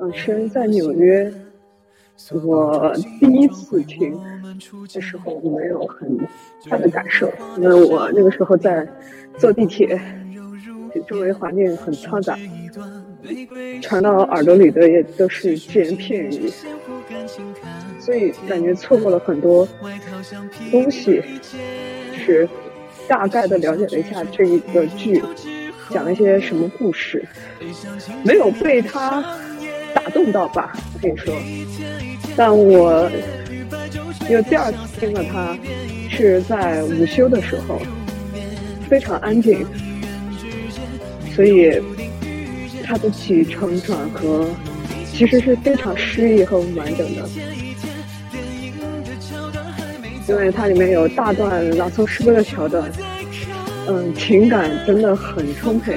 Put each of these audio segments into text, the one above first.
诗人在纽约，我第一次听的时候没有很大的感受，因为我那个时候在坐地铁，周围环境很嘈杂，传到耳朵里的也都是只言片语，所以感觉错过了很多东西。就是大概的了解了一下这一个剧讲了一些什么故事，没有被他打动到吧，可以说。但我又第二次听了他，是在午休的时候，非常安静，所以他的起承转合其实是非常诗意和完整的，因为它里面有大段朗诵诗歌的桥段，情感真的很充沛。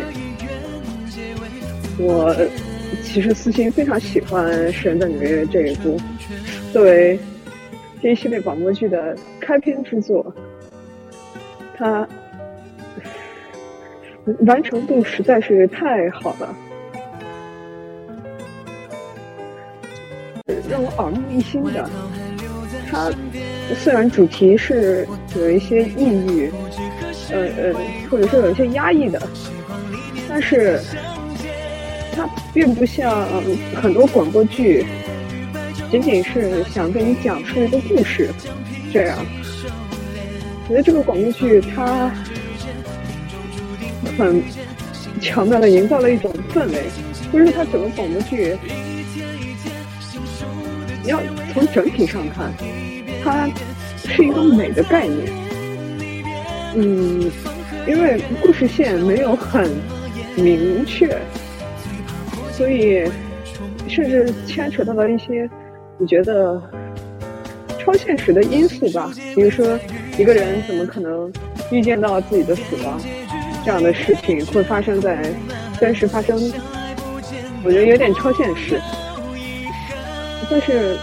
我其实私心非常喜欢《诗人在纽约》这一部，作为这一系列广播剧的开篇之作，它完成度实在是太好了，让我耳目一新的。它虽然主题是有一些抑郁，或者说有一些压抑的，但是它并不像很多广播剧仅仅是想跟你讲述一个故事这样。我觉得这个广播剧它很巧妙地营造了一种氛围，就是它整个广播剧你要从整体上看，它是一个美的概念。因为故事线没有很明确，所以甚至牵扯到了一些你觉得超现实的因素吧，比如说一个人怎么可能预见到自己的死亡，这样的事情会发生在真实发生，我觉得有点超现实。但是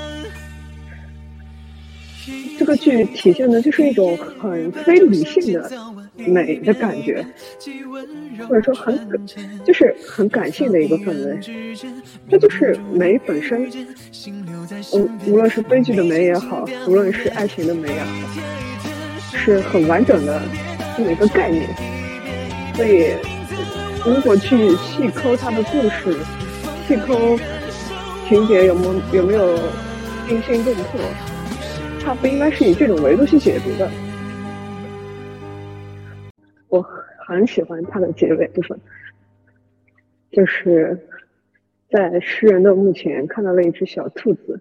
这个剧体现的就是一种很非理性的美的感觉，或者说就是很感性的一个氛围。这就是美本身，无论是悲剧的美也好，无论是爱情的美也好，是很完整的这么一个概念。所以如果去细抠它的故事，细抠情节有没有惊心动魄，它不应该是以这种维度去解读的。我很喜欢它的结尾部分，就是在诗人的墓前看到了一只小兔子。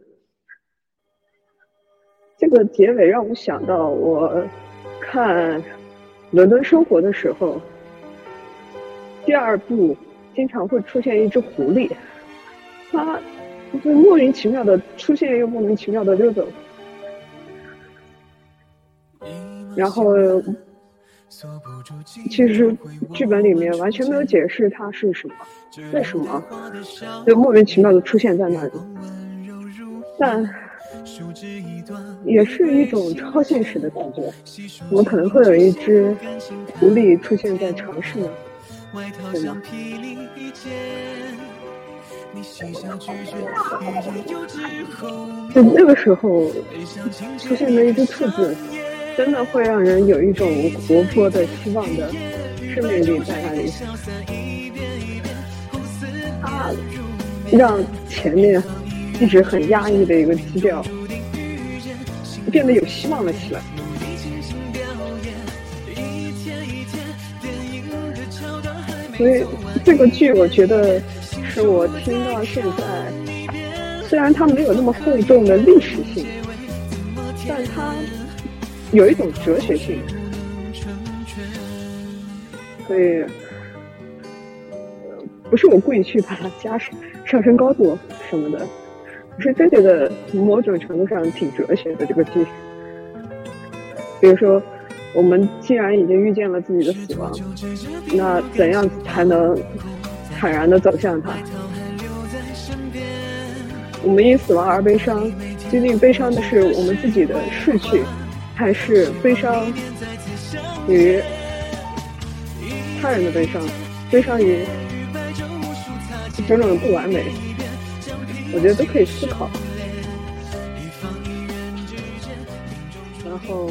这个结尾让我想到我看《伦敦生活》的时候，第二部经常会出现一只狐狸，它就莫名其妙的出现又莫名其妙的溜走，然后其实剧本里面完全没有解释它是什么，为什么就莫名其妙的出现在那里，但也是一种超现实的感觉。怎么可能会有一只狐狸出现在城市呢？对吗？就那个时候出现的一只兔子，真的会让人有一种活泼的希望的生命力在那里，它让前面一直很压抑的一个基调变得有希望了起来。所以这个剧我觉得是我听到现在，虽然它没有那么厚重的历史性，但它有一种哲学性，所以不是我故意去把它上升高度什么的，我是真觉得某种程度上挺哲学的这个剧。比如说我们既然已经遇见了自己的死亡，那怎样才能坦然地走向它？我们因死亡而悲伤，究竟悲伤的是我们自己的逝去，还是悲伤于他人的悲伤，悲伤于种种的不完美？ 我觉得都可以思考。然后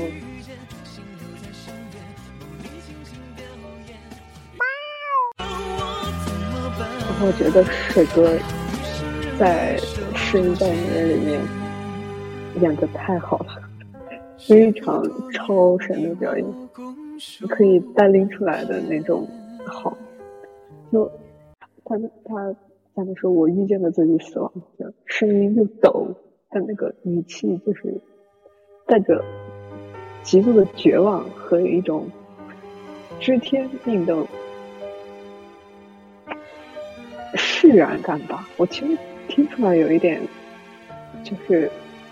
我觉得水哥在《失忆少年人》里面演得太好了，非常超神的表演，可以单拎出来的那种好。就他在那说我遇见了自己死亡，声音又抖，他那个语气就是带着极度的绝望和一种知天命的释然感吧。我其实听出来有一点，就是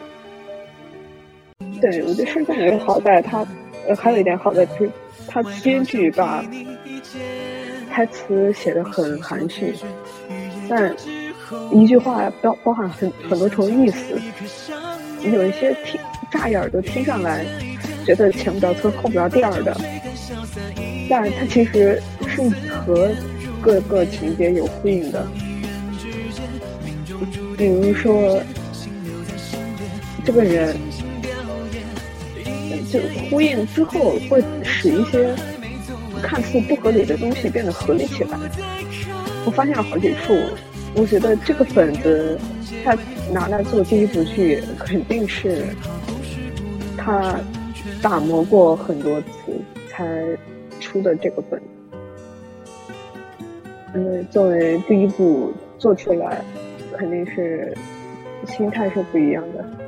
对，我觉得释然有好在他，还有一点好在就是他编剧把台词写得很含蓄，但一句话包含很多重意思，有一些乍一耳朵听上来觉得前不着村后不着店的，但它其实是和各个情节有呼应的。比如说这个人就呼应之后会使一些看似不合理的东西变得合理起来。我发现了好几处，我觉得这个本子他拿来做第一部剧肯定是他打磨过很多次才出的这个本，因为作为第一部做出来肯定是心态是不一样的。